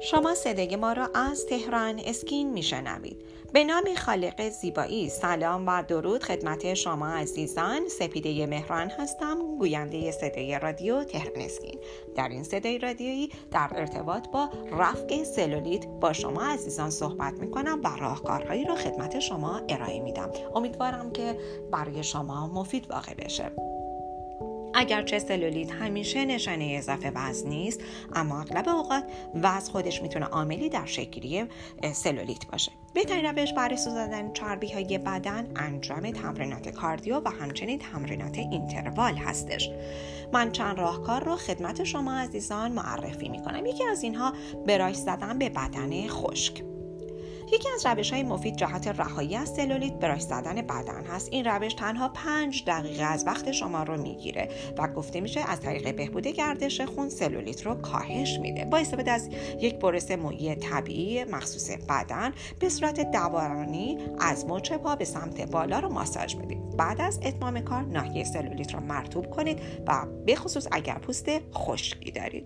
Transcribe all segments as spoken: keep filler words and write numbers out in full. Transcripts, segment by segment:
شما صدای ما را از تهران اسکین میشنوید. به نام خالق زیبایی سلام و درود خدمت شما عزیزان. سپیده مهران هستم، گوینده صدای رادیو تهران اسکین. در این صدای رادیویی در ارتباط با رفع سلولیت با شما عزیزان صحبت میکنم و راهکارهایی را خدمت شما ارائه میدم. امیدوارم که برای شما مفید واقع بشه. اگرچه سلولیت همیشه نشانه اضافه وزن نیست، اما اغلب اوقات وزن خودش میتونه عاملی در شکل‌گیری سلولیت باشه. بهترین روش برای سوزاندن چربی‌های بدن انجام تمرینات کاردیو و همچنین تمرینات اینتروال هستش. من چند راهکار رو خدمت شما عزیزان معرفی میکنم. یکی از اینها براش زدن به بدن خشک. یکی از روش‌های مفید جهت رهایی از سلولیت براش زدن بدن هست. این روش تنها پنج دقیقه از وقت شما رو میگیره و گفته میشه از طریق بهبود گردش خون سلولیت رو کاهش میده. با استفاده از یک برس مویی طبیعی مخصوص بدن به صورت دورانی از مچ پا به سمت بالا رو ماساژ میدید. بعد از اتمام کار ناحیه سلولیت رو مرطوب کنید و به خصوص اگر پوست خشکی دارید.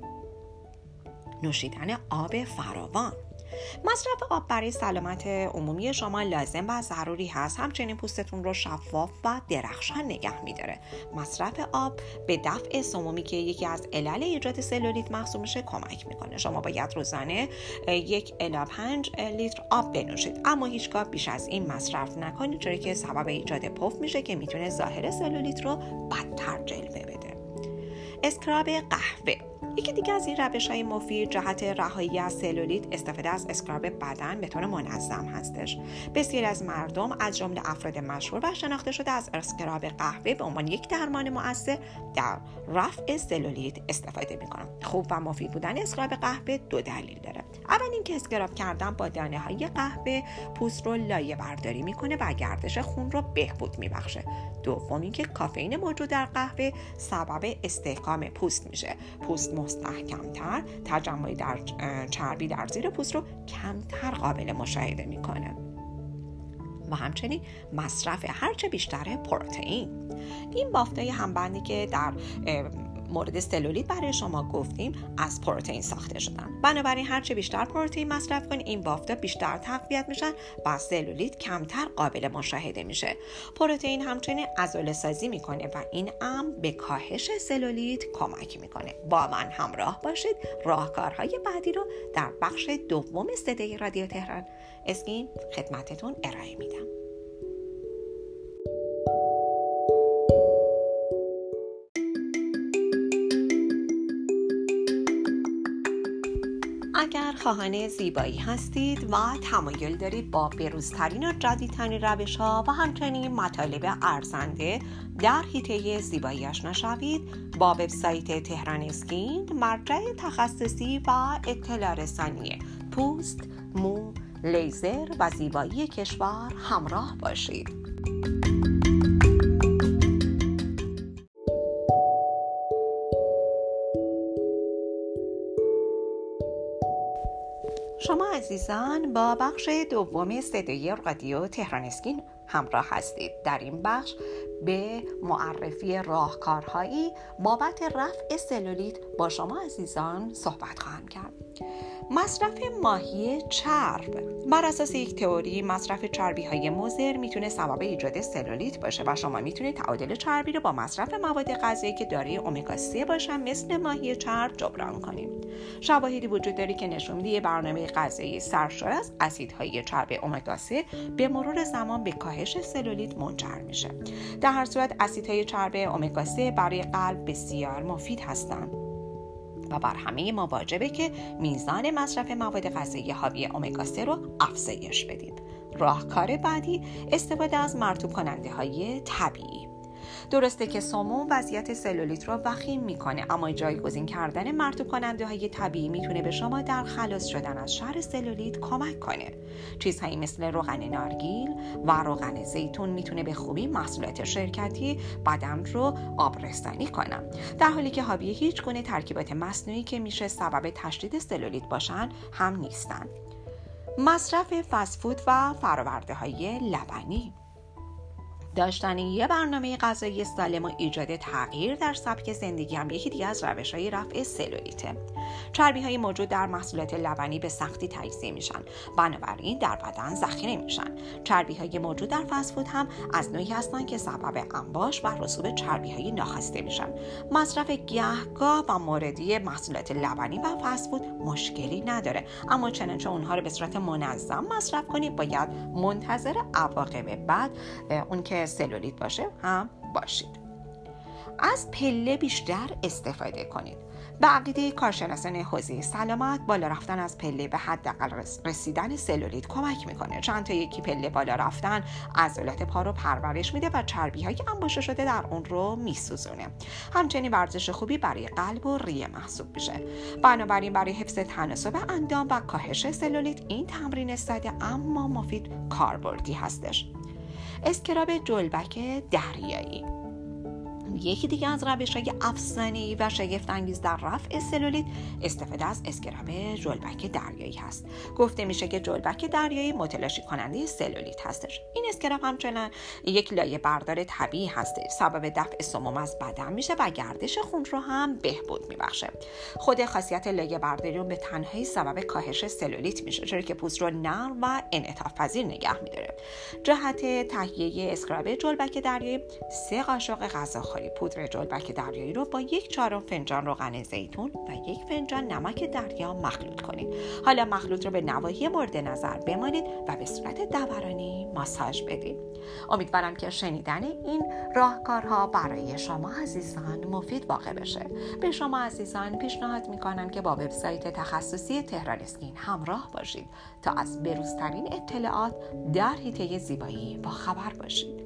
نوشیدن آب فراوان. مصرف آب برای سلامت عمومی شما لازم و ضروری هست. همچنین پوستتون رو شفاف و درخشان نگه می‌داره. مصرف آب به دفع سمومی که یکی از علل ایجاد سلولیت محسوب میشه کمک میکنه. شما باید روزانه یک الی پنج لیتر آب بنوشید، اما هیچگاه بیش از این مصرف نکنید، چون که سبب ایجاد پف میشه که میتونه ظاهر سلولیت رو بدتر جلوه بده. اسکراب قهوه. یکی دیگه از این روش‌های مفید جهت رهایی از سلولیت استفاده از اسکراب بدن به طور منظم هستش. بسیاری از مردم از جمله افراد مشهور و شناخته شده از اسکراب قهوه به عنوان یک درمان مؤثر در رفع سلولیت استفاده می‌کنند. خوب و مفید بودن اسکراب قهوه دو دلیل داره. اول اینکه اسکراب کردن با دانه‌های قهوه پوست رو لایه برداری می‌کنه و گردش خون رو بهبود می‌بخشه. دوم اینکه کافئین موجود در قهوه سبب استحکام پوست میشه. پوست مستحکم‌تر، تجمع در چربی در زیر پوست رو کمتر قابل مشاهده میکنه. و همچنین مصرف هرچه بیشتر پروتئین. این بافتای همبندی که در مورد سلولیت برای شما گفتیم از پروتئین ساخته شدن. بنابراین هرچه بیشتر پروتئین مصرف کنید این بافتا بیشتر تقویت میشن و سلولیت کمتر قابل مشاهده میشه. پروتئین همچنین عضله سازی میکنه و این امر به کاهش سلولیت کمک میکنه. با من همراه باشید. راهکارهای بعدی رو در بخش دوم صدای رادیو تهران اسکین خدمتتون ارائه میدم. اگر خواهان زیبایی هستید و تمایل دارید با بروزترین و جدیدترین روش‌ها و همچنین مطالب ارزنده در حیطه زیبایی آشنا شوید، با وبسایت تهران اسکین مرجع تخصصی و اطلاع رسانی پوست، مو، لیزر و زیبایی کشور همراه باشید. شما عزیزان با بخش دوم صدای رادیو تهران اسکین همراه هستید. در این بخش به معرفی راهکارهایی بابت رفع سلولیت با شما عزیزان صحبت خواهم کرد. مصرف ماهی چرب. بر اساس یک تئوری مصرف چربی های مضر میتونه سبب ایجاد سلولیت باشه و شما میتونید تعادل چربی رو با مصرف مواد غذایی که دارای امگا سه باشن مثل ماهی چرب جبران کنیم. شواهدی وجود داره که نشون میده برنامه غذایی سرشار از اسیدهای چرب امگا سه به مرور زمان به کاهش سلولیت منجر میشه. در هر صورت اسیدهای چرب امگا سه برای قلب بسیار مفید هستند و بر همه ما واجبه که میزان مصرف مواد غذایی حاوی امگا سه رو افزایش بدیم. راهکار بعدی استفاده از مرطوب کننده های طبیعی. درسته که سموم وضعیت سلولیت رو وخیم میکنه، اما جایگزین کردن مرطوب کننده های طبیعی میتونه به شما در خلاص شدن از شر سلولیت کمک کنه. چیزهایی مثل روغن نارگیل و روغن زیتون میتونه به خوبی محصولات شرکتی بدن رو آبرسانی کنن، در حالی که حاوی هیچ گونه ترکیبات مصنوعی که میشه سبب تشدید سلولیت باشن هم نیستن. مصرف فست فود و فرآورده های لبنی. داشتن یه برنامه غذایی سالم و ایجاد تغییر در سبک زندگی هم یکی دیگه از روش‌های رفع سلولیته. چربی‌های موجود در محصولات لبنی به سختی تجزیه میشن، بنابراین در بدن ذخیره میشن. چربی‌های موجود در فست فود هم از نوعی هستن که سبب انباش و رسوب چربی‌های ناخواسته میشن. مصرف گهگاه و موردی محصولات لبنی و فست فود مشکلی نداره، اما چنانچه اونها رو به صورت منظم مصرف کنید باید منتظر عواقب بعد اون که سلولیت باشه هم باشید. از پله بیشتر استفاده کنید. به عقیده کارشناسان حوزه سلامت، بالا رفتن از پله به حداقل رسیدن سلولیت کمک میکنه. چند تا یکی پله بالا رفتن عضلات پا رو پرورش میده و چربی‌های انباشته شده در اون رو میسوزونه. همچنین ورزش خوبی برای قلب و ریه محسوب میشه. بنابراین برای حفظ تناسب اندام و کاهش سلولیت این تمرین ساده اما مفید کاربردی هستش. اسکراب جلبک دریایی یکی دیگه از روش‌های افسانه‌ای و شگفت‌انگیز در رفع سلولیت استفاده از اسکراب جلبک دریایی هست. گفته میشه که جلبک دریایی متلاشی کننده سلولیت هستش. این اسکراب همچنان یک لایه بردار طبیعی هست، سبب دفع سموم از بدن میشه و گردش خون رو هم بهبود میبخشه. خود خاصیت لایه برداری رو به تنهایی سبب کاهش سلولیت میشه، چرا که پوست رو نرم و انعطاف پذیر نگه میداره. جهت تهیه اسکراب جلبک دریایی: سه قاشق غذاخوری پودر جلبک دریایی رو با یک چهارم فنجان روغن زیتون و یک فنجان نمک دریا مخلوط کنید. حالا مخلوط رو به نواحی مورد نظر بمالید و به صورت دورانی ماساژ بدید. امیدوارم که شنیدن این راهکارها برای شما عزیزان مفید واقع بشه. به شما عزیزان پیشنهاد میکنم که با وبسایت تخصصی تهران اسکین همراه باشید تا از بروزترین اطلاعات در حیطه زیبایی با خبر باشید.